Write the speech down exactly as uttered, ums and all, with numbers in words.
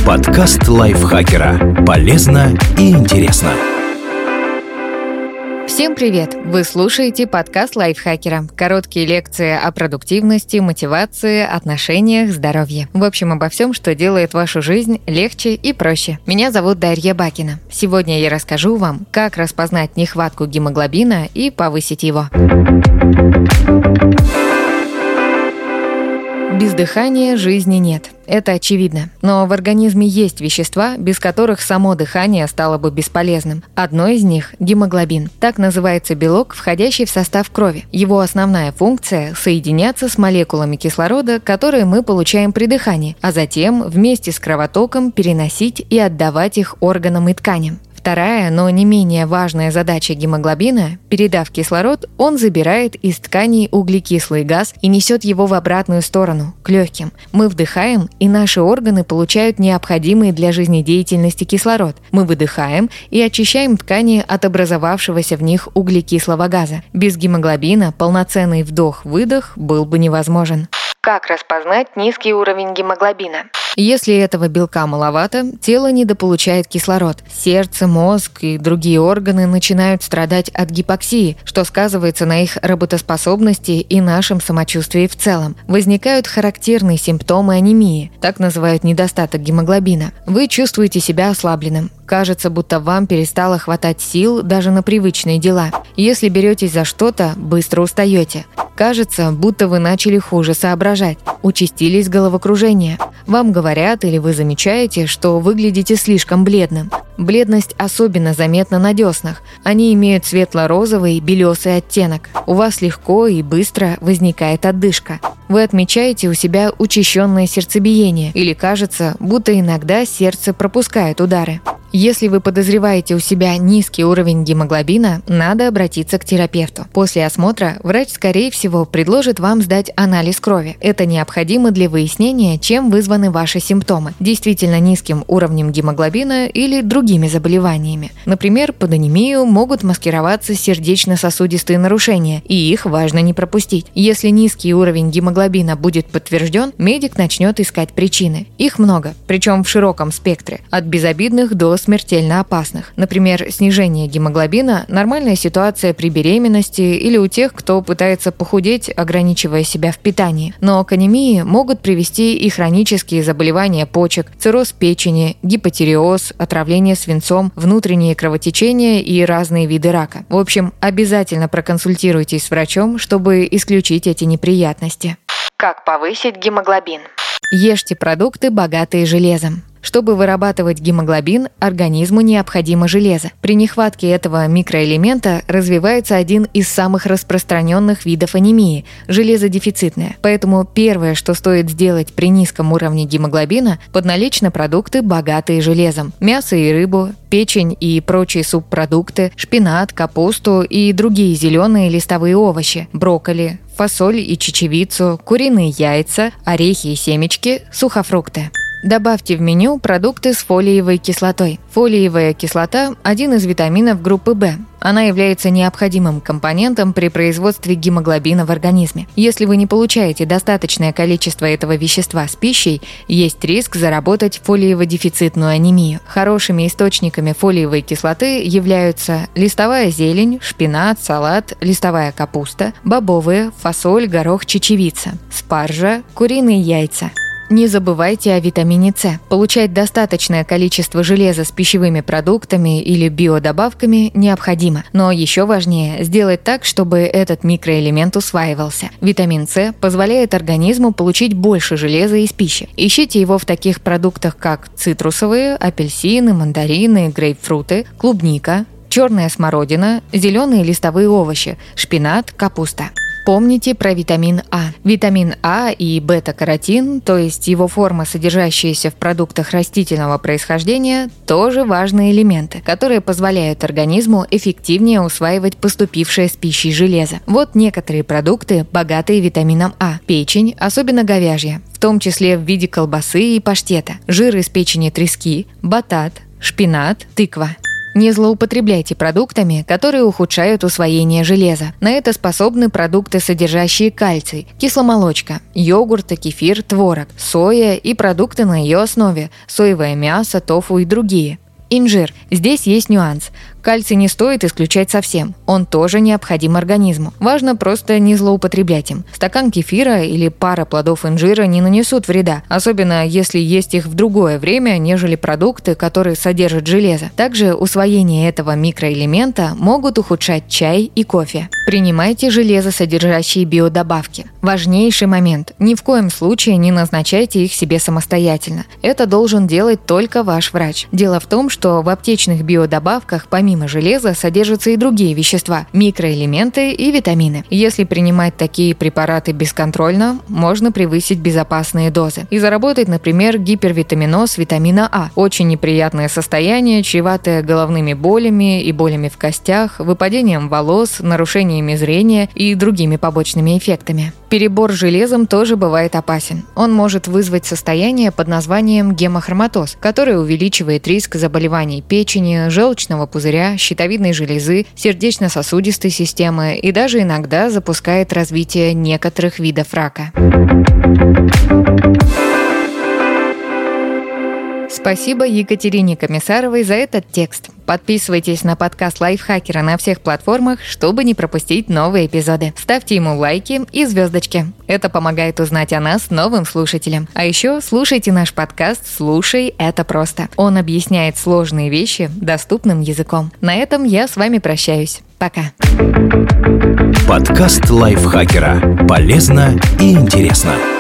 Подкаст лайфхакера. Полезно и интересно. Всем привет! Вы слушаете подкаст лайфхакера. Короткие лекции о продуктивности, мотивации, отношениях, здоровье. В общем, обо всем, что делает вашу жизнь легче и проще. Меня зовут Дарья Бакина. Сегодня я расскажу вам, как распознать нехватку гемоглобина и повысить его. Без дыхания жизни нет. Это очевидно. Но в организме есть вещества, без которых само дыхание стало бы бесполезным. Одно из них – гемоглобин. Так называется белок, входящий в состав крови. Его основная функция – соединяться с молекулами кислорода, которые мы получаем при дыхании, а затем вместе с кровотоком переносить и отдавать их органам и тканям. Вторая, но не менее важная задача гемоглобина – передав кислород, он забирает из тканей углекислый газ и несет его в обратную сторону, к легким. Мы вдыхаем, и наши органы получают необходимый для жизнедеятельности кислород. Мы выдыхаем и очищаем ткани от образовавшегося в них углекислого газа. Без гемоглобина полноценный вдох-выдох был бы невозможен. Как распознать низкий уровень гемоглобина? Если этого белка маловато, тело недополучает кислород. Сердце, мозг и другие органы начинают страдать от гипоксии, что сказывается на их работоспособности и нашем самочувствии в целом. Возникают характерные симптомы анемии, так называют недостаток гемоглобина. Вы чувствуете себя ослабленным. Кажется, будто вам перестало хватать сил даже на привычные дела. Если беретесь за что-то, быстро устаете. Кажется, будто вы начали хуже соображать. Участились головокружения. Вам говорят или вы замечаете, что выглядите слишком бледным. Бледность особенно заметна на деснах. Они имеют светло-розовый, белесый оттенок. У вас легко и быстро возникает одышка. Вы отмечаете у себя учащенное сердцебиение или кажется, будто иногда сердце пропускает удары. Если вы подозреваете у себя низкий уровень гемоглобина, надо обратиться к терапевту. После осмотра врач, скорее всего, предложит вам сдать анализ крови. Это необходимо для выяснения, чем вызваны ваши симптомы. Действительно низким уровнем гемоглобина или другими заболеваниями. Например, под анемию могут маскироваться сердечно-сосудистые нарушения, и их важно не пропустить. Если низкий уровень гемоглобина будет подтвержден, медик начнет искать причины. Их много, причем в широком спектре, от безобидных до смертельно опасных. Например, снижение гемоглобина – нормальная ситуация при беременности или у тех, кто пытается похудеть, ограничивая себя в питании. Но к анемии могут привести и хронические заболевания почек, цирроз печени, гипотиреоз, отравление свинцом, внутренние кровотечения и разные виды рака. В общем, обязательно проконсультируйтесь с врачом, чтобы исключить эти неприятности. Как повысить гемоглобин? Ешьте продукты, богатые железом. Чтобы вырабатывать гемоглобин, организму необходимо железо. При нехватке этого микроэлемента развивается один из самых распространенных видов анемии – железодефицитная. Поэтому первое, что стоит сделать при низком уровне гемоглобина – подналечь на продукты, богатые железом. Мясо и рыбу, печень и прочие субпродукты, шпинат, капусту и другие зеленые листовые овощи, брокколи, фасоль и чечевицу, куриные яйца, орехи и семечки, сухофрукты. Добавьте в меню продукты с фолиевой кислотой. Фолиевая кислота – один из витаминов группы В. Она является необходимым компонентом при производстве гемоглобина в организме. Если вы не получаете достаточное количество этого вещества с пищей, есть риск заработать фолиево-дефицитную анемию. Хорошими источниками фолиевой кислоты являются листовая зелень, шпинат, салат, листовая капуста, бобовые, фасоль, горох, чечевица, спаржа, куриные яйца. Не забывайте о витамине С. Получать достаточное количество железа с пищевыми продуктами или биодобавками необходимо. Но еще важнее сделать так, чтобы этот микроэлемент усваивался. Витамин С позволяет организму получить больше железа из пищи. Ищите его в таких продуктах, как цитрусовые, апельсины, мандарины, грейпфруты, клубника, черная смородина, зеленые листовые овощи, шпинат, капуста. Помните про витамин А. Витамин А и бета-каротин, то есть его форма, содержащаяся в продуктах растительного происхождения, тоже важные элементы, которые позволяют организму эффективнее усваивать поступившее с пищей железо. Вот некоторые продукты, богатые витамином А. Печень, особенно говяжья, в том числе в виде колбасы и паштета, жир из печени трески, батат, шпинат, тыква. Не злоупотребляйте продуктами, которые ухудшают усвоение железа. На это способны продукты, содержащие кальций, кисломолочка, йогурт, кефир, творог, соя и продукты на ее основе, соевое мясо, тофу и другие. Инжир. Здесь есть нюанс. Кальций не стоит исключать совсем. Он тоже необходим организму. Важно просто не злоупотреблять им. Стакан кефира или пара плодов инжира не нанесут вреда, особенно если есть их в другое время, нежели продукты, которые содержат железо. Также усвоение этого микроэлемента могут ухудшать чай и кофе. Принимайте железосодержащие биодобавки. Важнейший момент. Ни в коем случае не назначайте их себе самостоятельно. Это должен делать только ваш врач. Дело в том, что в аптечных биодобавках помимо Помимо железа содержатся и другие вещества, микроэлементы и витамины. Если принимать такие препараты бесконтрольно, можно превысить безопасные дозы и заработать, например, гипервитаминоз витамина А. Очень неприятное состояние, чреватое головными болями и болями в костях, выпадением волос, нарушениями зрения и другими побочными эффектами. Перебор с железом тоже бывает опасен. Он может вызвать состояние под названием гемохроматоз, которое увеличивает риск заболеваний печени, желчного пузыря, щитовидной железы, сердечно-сосудистой системы и даже иногда запускает развитие некоторых видов рака. Спасибо Екатерине Комиссаровой за этот текст. Подписывайтесь на подкаст Лайфхакера на всех платформах, чтобы не пропустить новые эпизоды. Ставьте ему лайки и звездочки. Это помогает узнать о нас новым слушателям. А еще слушайте наш подкаст «Слушай, это просто». Он объясняет сложные вещи доступным языком. На этом я с вами прощаюсь. Пока. Подкаст Лайфхакера. Полезно и интересно.